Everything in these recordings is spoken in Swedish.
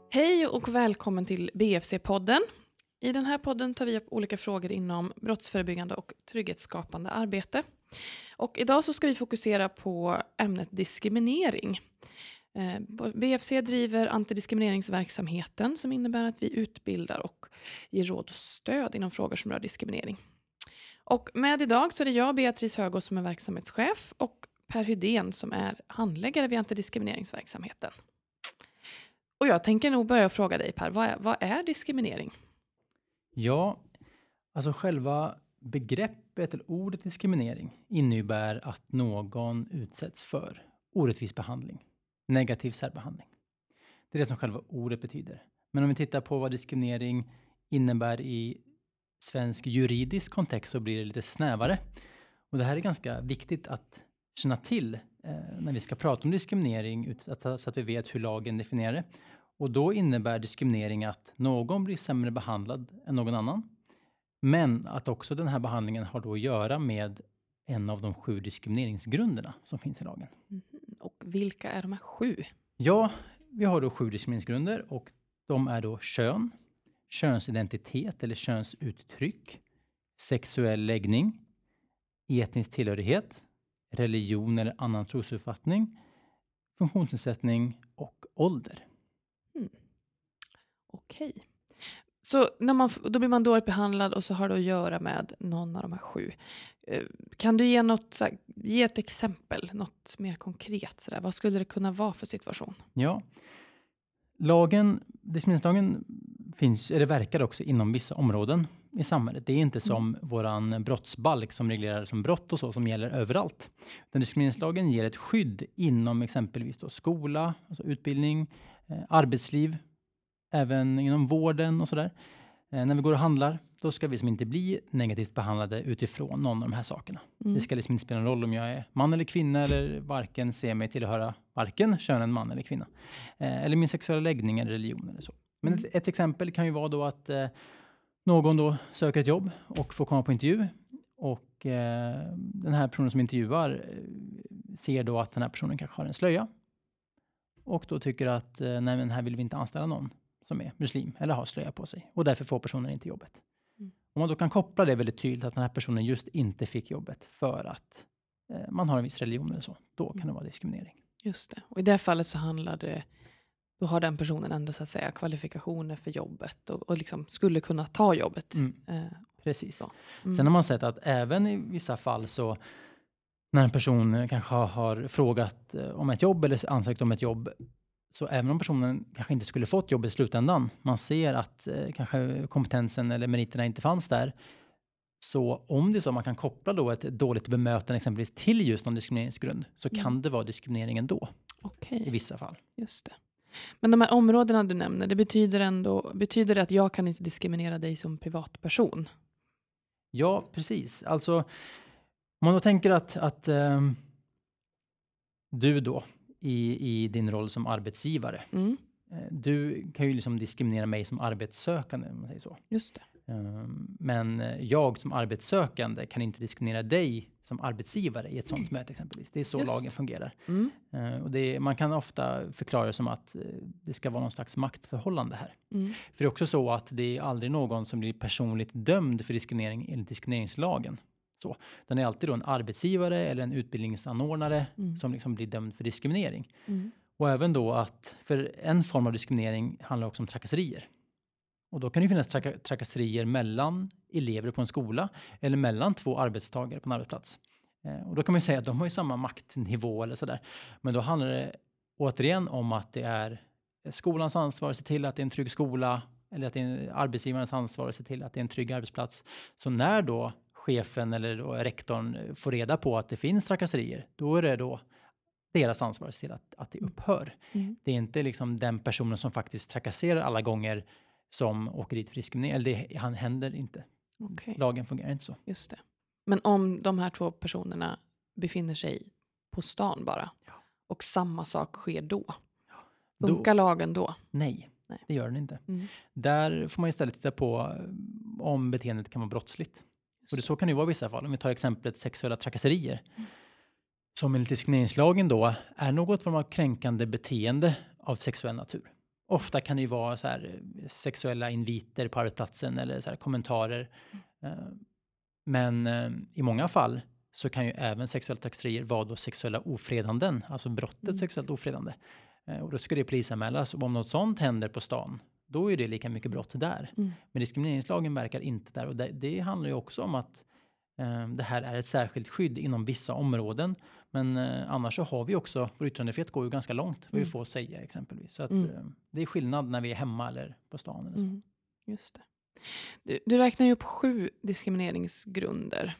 Hej och välkommen till BFC-podden. I den här podden tar vi upp olika frågor inom brottsförebyggande och trygghetsskapande arbete. Och idag så ska vi fokusera på ämnet diskriminering. BFC driver antidiskrimineringsverksamheten som innebär att vi utbildar och ger råd och stöd inom frågor som rör diskriminering. Och med idag så är det jag, Beatrice Högås, som är verksamhetschef och Per Hydén som är handläggare vid antidiskrimineringsverksamheten. Och jag tänker nog börja fråga dig Per, vad är diskriminering? Ja, alltså själva begreppet eller ordet diskriminering innebär att någon utsätts för orättvis behandling, negativ särbehandling. Det är det som själva ordet betyder. Men om vi tittar på vad diskriminering innebär i svensk juridisk kontext så blir det lite snävare. Och det här är ganska viktigt att känna till när vi ska prata om diskriminering så att vi vet hur lagen definierar det. Och då innebär diskriminering att någon blir sämre behandlad än någon annan. Men att också den här behandlingen har då att göra med en av de 7 diskrimineringsgrunderna som finns i lagen. Och vilka är de här 7? Ja, vi har då 7 diskrimineringsgrunder och de är då kön, könsidentitet eller könsuttryck, sexuell läggning, etnisk tillhörighet, religion eller annan trosuppfattning, funktionsnedsättning och ålder. Okej. Så då blir man dåligt behandlad och så har det att göra med någon av de här 7. Kan du ge ett exempel, något mer konkret? Sådär? Vad skulle det kunna vara för situation? Ja, diskrimineringslagen verkar också inom vissa områden i samhället. Det är inte som våran brottsbalk som reglerar som brott och så som gäller överallt. Den diskrimineringslagen ger ett skydd inom exempelvis då skola, alltså utbildning, arbetsliv, även inom vården och sådär. När vi går och handlar, då ska vi som inte bli negativt behandlade utifrån någon av de här sakerna. Det ska liksom inte spela någon roll om jag är man eller kvinna eller varken ser mig tillhöra varken könen man eller kvinna. Eller min sexuella läggning eller religion eller så. Men ett exempel kan ju vara då att någon då söker ett jobb och får komma på intervju. Och den här personen som intervjuar ser då att den här personen kanske har en slöja. Och då tycker att nej, men här vill vi inte anställa någon som är muslim eller har slöja på sig. Och därför får personen inte jobbet. Om man då kan koppla det väldigt tydligt att den här personen just inte fick jobbet för att man har en viss religion eller så. Då kan det vara diskriminering. Just det. Och i det fallet så då har den personen ändå så att säga kvalifikationer för jobbet och liksom skulle kunna ta jobbet. Precis. Sen har man sett att även i vissa fall så när en person kanske har frågat om ett jobb eller ansökt om ett jobb, så även om personen kanske inte skulle fått jobb i slutändan, man ser att kanske kompetensen eller meriterna inte fanns där, så om det är så att man kan koppla då ett dåligt bemötande exempelvis till just någon diskrimineringsgrund, så kan det vara diskriminering ändå. I vissa fall. Just det. Men de här områdena du nämner, det betyder det att jag kan inte diskriminera dig som privatperson? Ja, precis. Alltså, om man då tänker att du då i din roll som arbetsgivare, du kan ju liksom diskriminera mig som arbetssökande, om man säger så. Just det. Men jag som arbetssökande kan inte diskriminera dig som arbetsgivare i ett sånt möte exempelvis. Det är så lagen fungerar. Och man kan ofta förklara det som att det ska vara någon slags maktförhållande här. För det är också så att det är aldrig någon som blir personligt dömd för diskriminering enligt diskrimineringslagen. Så. Den är alltid då en arbetsgivare eller en utbildningsanordnare som liksom blir dömd för diskriminering. Och även då att för en form av diskriminering handlar också om trakasserier. Och då kan det finnas trakasserier mellan elever på en skola eller mellan 2 arbetstagare på en arbetsplats. Och då kan man ju säga att de har ju samma maktnivå eller sådär. Men då handlar det återigen om att det är skolans ansvar att se till att det är en trygg skola, eller att det är arbetsgivarens ansvar att se till att det är en trygg arbetsplats. Så när då chefen eller då rektorn får reda på att det finns trakasserier, då är det då deras ansvar att se till att det upphör. Det är inte liksom den personen som faktiskt trakasserar alla gånger som åker dit för diskriminering. Eller han händer inte. Lagen fungerar inte så. Just det. Men om de här 2 personerna befinner sig på stan bara och samma sak sker då. Funkar lagen då? Nej, det gör den inte. Där får man istället titta på om beteendet kan vara brottsligt. Och så kan det ju vara i vissa fall. Om vi tar exemplet sexuella trakasserier. Som enligt diskrimineringslagen då är något form av kränkande beteende av sexuell natur. Ofta kan det ju vara så här sexuella inviter på arbetsplatsen eller så här kommentarer. Men i många fall så kan ju även sexuella trakasserier vara då sexuella ofredanden, alltså brottet sexuellt ofredande. Och då ska det polisanmälas. Och om något sånt händer på stan, då är det lika mycket brott där. Men diskrimineringslagen verkar inte där. Och det handlar ju också om att det här är ett särskilt skydd inom vissa områden. Men annars så har vi också, vår yttrandefrihet går ju ganska långt, vad vi får säga exempelvis. Så att, det är skillnad när vi är hemma eller på stan. Eller så. Just det. Du räknar ju upp 7 diskrimineringsgrunder.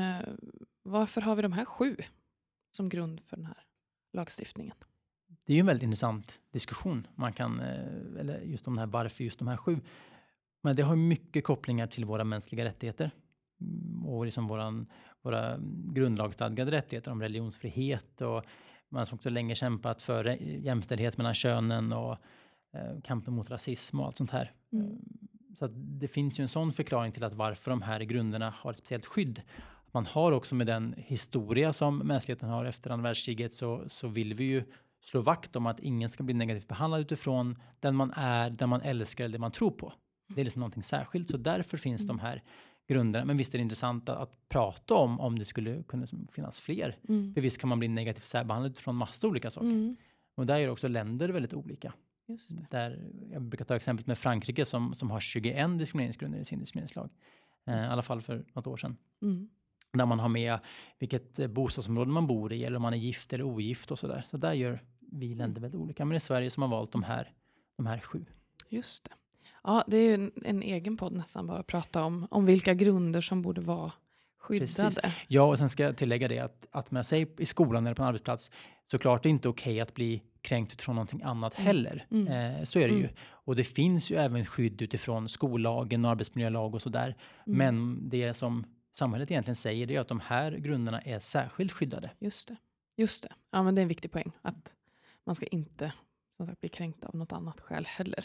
Varför har vi de här 7 som grund för den här lagstiftningen? Det är ju en väldigt intressant diskussion. Man kan, eller just de här, varför just de här 7. Men det har mycket kopplingar till våra mänskliga rättigheter. Och liksom våra grundlagsstadgade rättigheter om religionsfrihet. Och man har också länge kämpat för jämställdhet mellan könen och kampen mot rasism och allt sånt här. Så att det finns ju en sån förklaring till att varför de här grunderna har ett speciellt skydd. Man har också med den historia som mänskligheten har efter andra världskriget så vill vi ju slå vakt om att ingen ska bli negativt behandlad utifrån den man är, den man älskar eller det man tror på. Det är liksom någonting särskilt, så därför finns de här grunderna. Men visst är det intressant att prata om det skulle kunna finnas fler. För visst kan man bli negativt särbehandlad utifrån massa olika saker. Och där är också länder väldigt olika. Just det. Där, jag brukar ta exemplet med Frankrike som har 21 diskrimineringsgrunder i sin diskrimineringslag. I alla fall för något år sedan. Där man har med vilket bostadsområde man bor i eller om man är gift eller ogift och sådär. Så där gör vi länder väldigt olika. Men det är Sverige som har valt de här 7. Just det. Ja, det är ju en egen podd nästan bara att prata om vilka grunder som borde vara skyddade. Precis. Ja, och sen ska jag tillägga det att man säger i skolan eller på en arbetsplats, såklart är det inte okej att bli kränkt utifrån någonting annat heller. Så är det ju. Och det finns ju även skydd utifrån skollagen och arbetsmiljölag och sådär. Men det som samhället egentligen säger det är att de här grunderna är särskilt skyddade. Just det. Ja, men det är en viktig poäng att man ska inte som sagt bli kränkt av något annat skäl heller.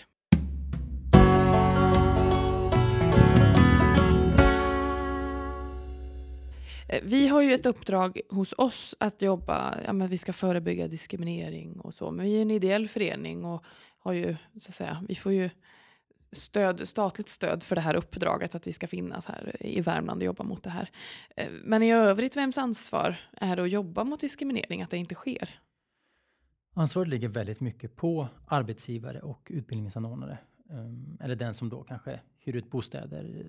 Vi har ju ett uppdrag hos oss att jobba, men vi ska förebygga diskriminering och så. Men vi är en ideell förening och har ju, så att säga, vi får ju statligt stöd för det här uppdraget att vi ska finnas här i Värmland och jobba mot det här. Men i övrigt, vems ansvar är det att jobba mot diskriminering, att det inte sker? Ansvaret ligger väldigt mycket på arbetsgivare och utbildningsanordnare. Eller den som då kanske hyr ut bostäder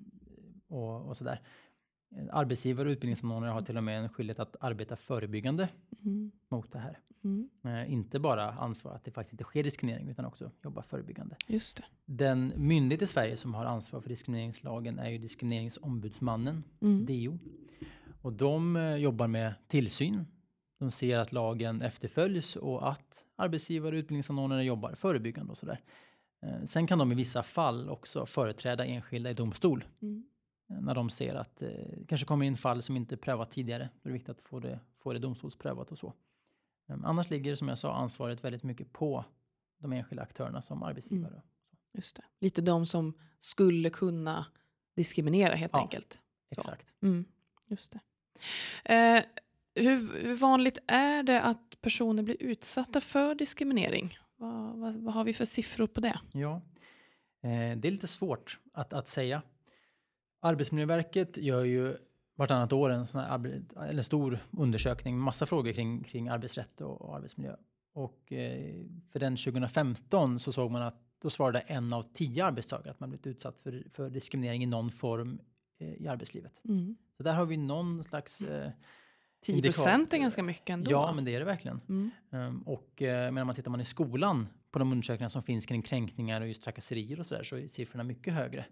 och sådär. Arbetsgivare och utbildningsanordnare har till och med en skyldighet att arbeta förebyggande mot det här. Inte bara ansvar att det faktiskt inte sker diskriminering utan också jobba förebyggande. Just det. Den myndighet i Sverige som har ansvar för diskrimineringslagen är ju Diskrimineringsombudsmannen, DO. Och de jobbar med tillsyn. De ser att lagen efterföljs och att arbetsgivare och utbildningsanordnare jobbar förebyggande och sådär. Sen kan de i vissa fall också företräda enskilda i domstol. När de ser att det kanske kommer in fall som inte prövat tidigare. Då är det viktigt att få det domstolsprövat och så. Annars ligger, som jag sa, ansvaret väldigt mycket på de enskilda aktörerna som arbetsgivare. Just det. Lite de som skulle kunna diskriminera helt enkelt. Exakt. Just det. Hur vanligt är det att personer blir utsatta för diskriminering? Vad har vi för siffror på det? Ja, det är lite svårt att säga. Arbetsmiljöverket gör ju vartannat år en stor undersökning med massa frågor kring arbetsrätt och arbetsmiljö. Och för den 2015 så såg man att då svarade 1 av 10 arbetstagare att man blivit utsatt för diskriminering i någon form i arbetslivet. Så där har vi någon slags 10% är ganska mycket ändå. Ja, men det är det verkligen. Och när man tittar i skolan på de undersökningar som finns kring kränkningar och just trakasserier och sådär, så är siffrorna mycket högre.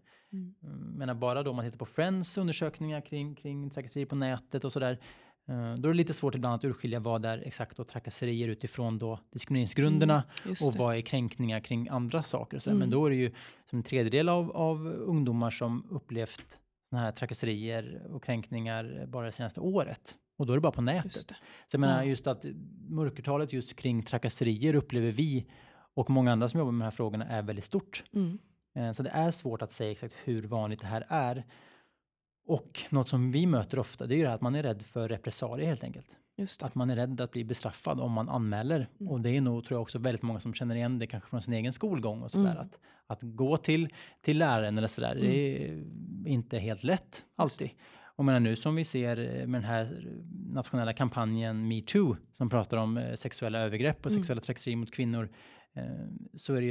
Men bara då man tittar på Friends undersökningar kring trakasserier på nätet och sådär, då är det lite svårt ibland att urskilja vad är exakt då trakasserier utifrån då diskrimineringsgrunderna och vad är kränkningar kring andra saker och sådär. Men då är det ju som en tredjedel av ungdomar som upplevt såna här trakasserier och kränkningar bara det senaste året. Och då är det bara på nätet. Så jag menar just att mörkertalet just kring trakasserier upplever vi och många andra som jobbar med de här frågorna är väldigt stort. Så det är svårt att säga exakt hur vanligt det här är. Och något som vi möter ofta, det är ju det här att man är rädd för repressalier helt enkelt. Just det. Att man är rädd att bli bestraffad om man anmäler. Och det är nog, tror jag, också väldigt många som känner igen det kanske från sin egen skolgång och sådär. Att gå till läraren eller sådär, det är inte helt lätt alltid. Och men nu som vi ser med den här nationella kampanjen MeToo som pratar om sexuella övergrepp och sexuella trakasserier mot kvinnor, så är det ju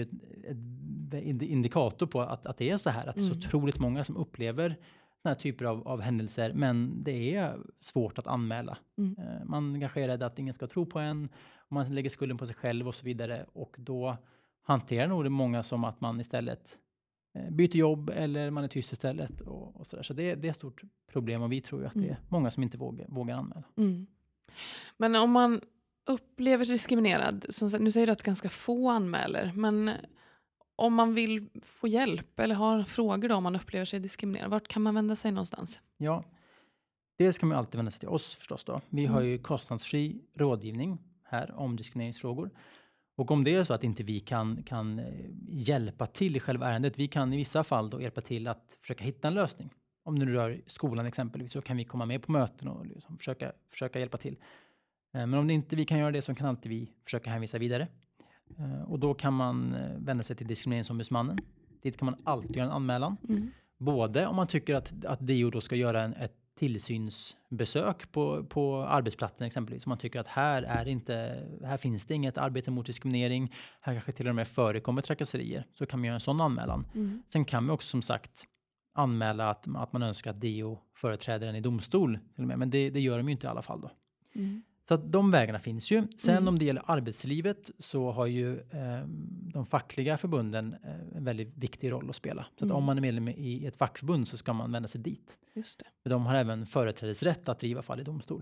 ett indikator på att det är så här. Att det är så otroligt många som upplever den här typer av händelser, men det är svårt att anmäla. Man kanske är rädd att ingen ska tro på en, och man lägger skulden på sig själv och så vidare, och då hanterar nog det många som att man istället byter jobb eller man är tyst istället och sådär. Så det är ett stort problem, och vi tror ju att det är många som inte vågar anmäla. Men om man upplever sig diskriminerad, nu säger du att ganska få anmäler, men om man vill få hjälp eller har frågor då om man upplever sig diskriminerad, vart kan man vända sig någonstans? Ja, det ska man alltid vända sig till oss förstås då. Vi har ju kostnadsfri rådgivning här om diskrimineringsfrågor. Och om det är så att inte vi kan hjälpa till i själva ärendet, vi kan i vissa fall då hjälpa till att försöka hitta en lösning. Om det nu rör skolan exempelvis, så kan vi komma med på möten och liksom försöka hjälpa till. Men om det inte vi kan göra det, så kan alltid vi försöka hänvisa vidare. Och då kan man vända sig till diskrimineringsombudsmannen. Dit kan man alltid göra en anmälan. Både om man tycker att DO då ska göra ett tillsynsbesök på arbetsplatsen exempelvis. Om man tycker att här finns det inget arbete mot diskriminering. Här kanske till och med förekommer trakasserier. Så kan man göra en sån anmälan. Sen kan man också som sagt anmäla att man önskar att DO företräder en i domstol. Men det gör de ju inte i alla fall då. Så att de vägarna finns ju. Sen om det gäller arbetslivet så har ju de fackliga förbunden en väldigt viktig roll att spela. Så att om man är medlem i ett fackförbund så ska man vända sig dit. Just det. För de har även företrädesrätt att driva fall i domstol.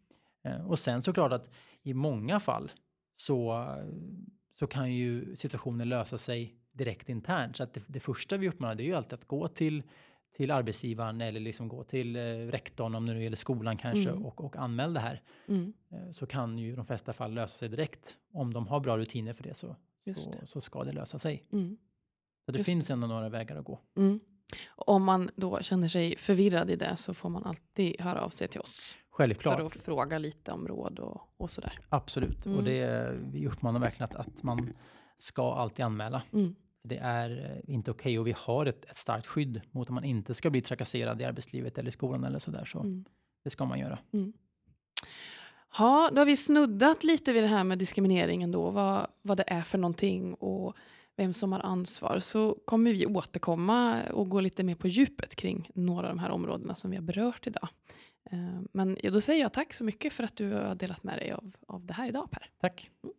Och sen såklart att i många fall så kan ju situationen lösa sig direkt internt. Så att det första vi uppmanar, det är ju alltid att gå till arbetsgivaren eller liksom gå till rektorn om det gäller skolan kanske och anmäla det här. Så kan ju de flesta fall lösa sig direkt. Om de har bra rutiner för det så ska det lösa sig. Så det finns ändå några vägar att gå. Om man då känner sig förvirrad i det, så får man alltid höra av sig till oss. Självklart. För att fråga lite om råd och sådär. Absolut. Och vi uppmanar verkligen att man ska alltid anmäla. Det är inte okej, och vi har ett starkt skydd mot att man inte ska bli trakasserad i arbetslivet eller i skolan eller sådär. Så det ska man göra. Ja, då har vi snuddat lite vid det här med diskrimineringen då. Vad det är för någonting och vem som har ansvar. Så kommer vi återkomma och gå lite mer på djupet kring några av de här områdena som vi har berört idag. Men då säger jag tack så mycket för att du har delat med dig av det här idag, Per. Tack.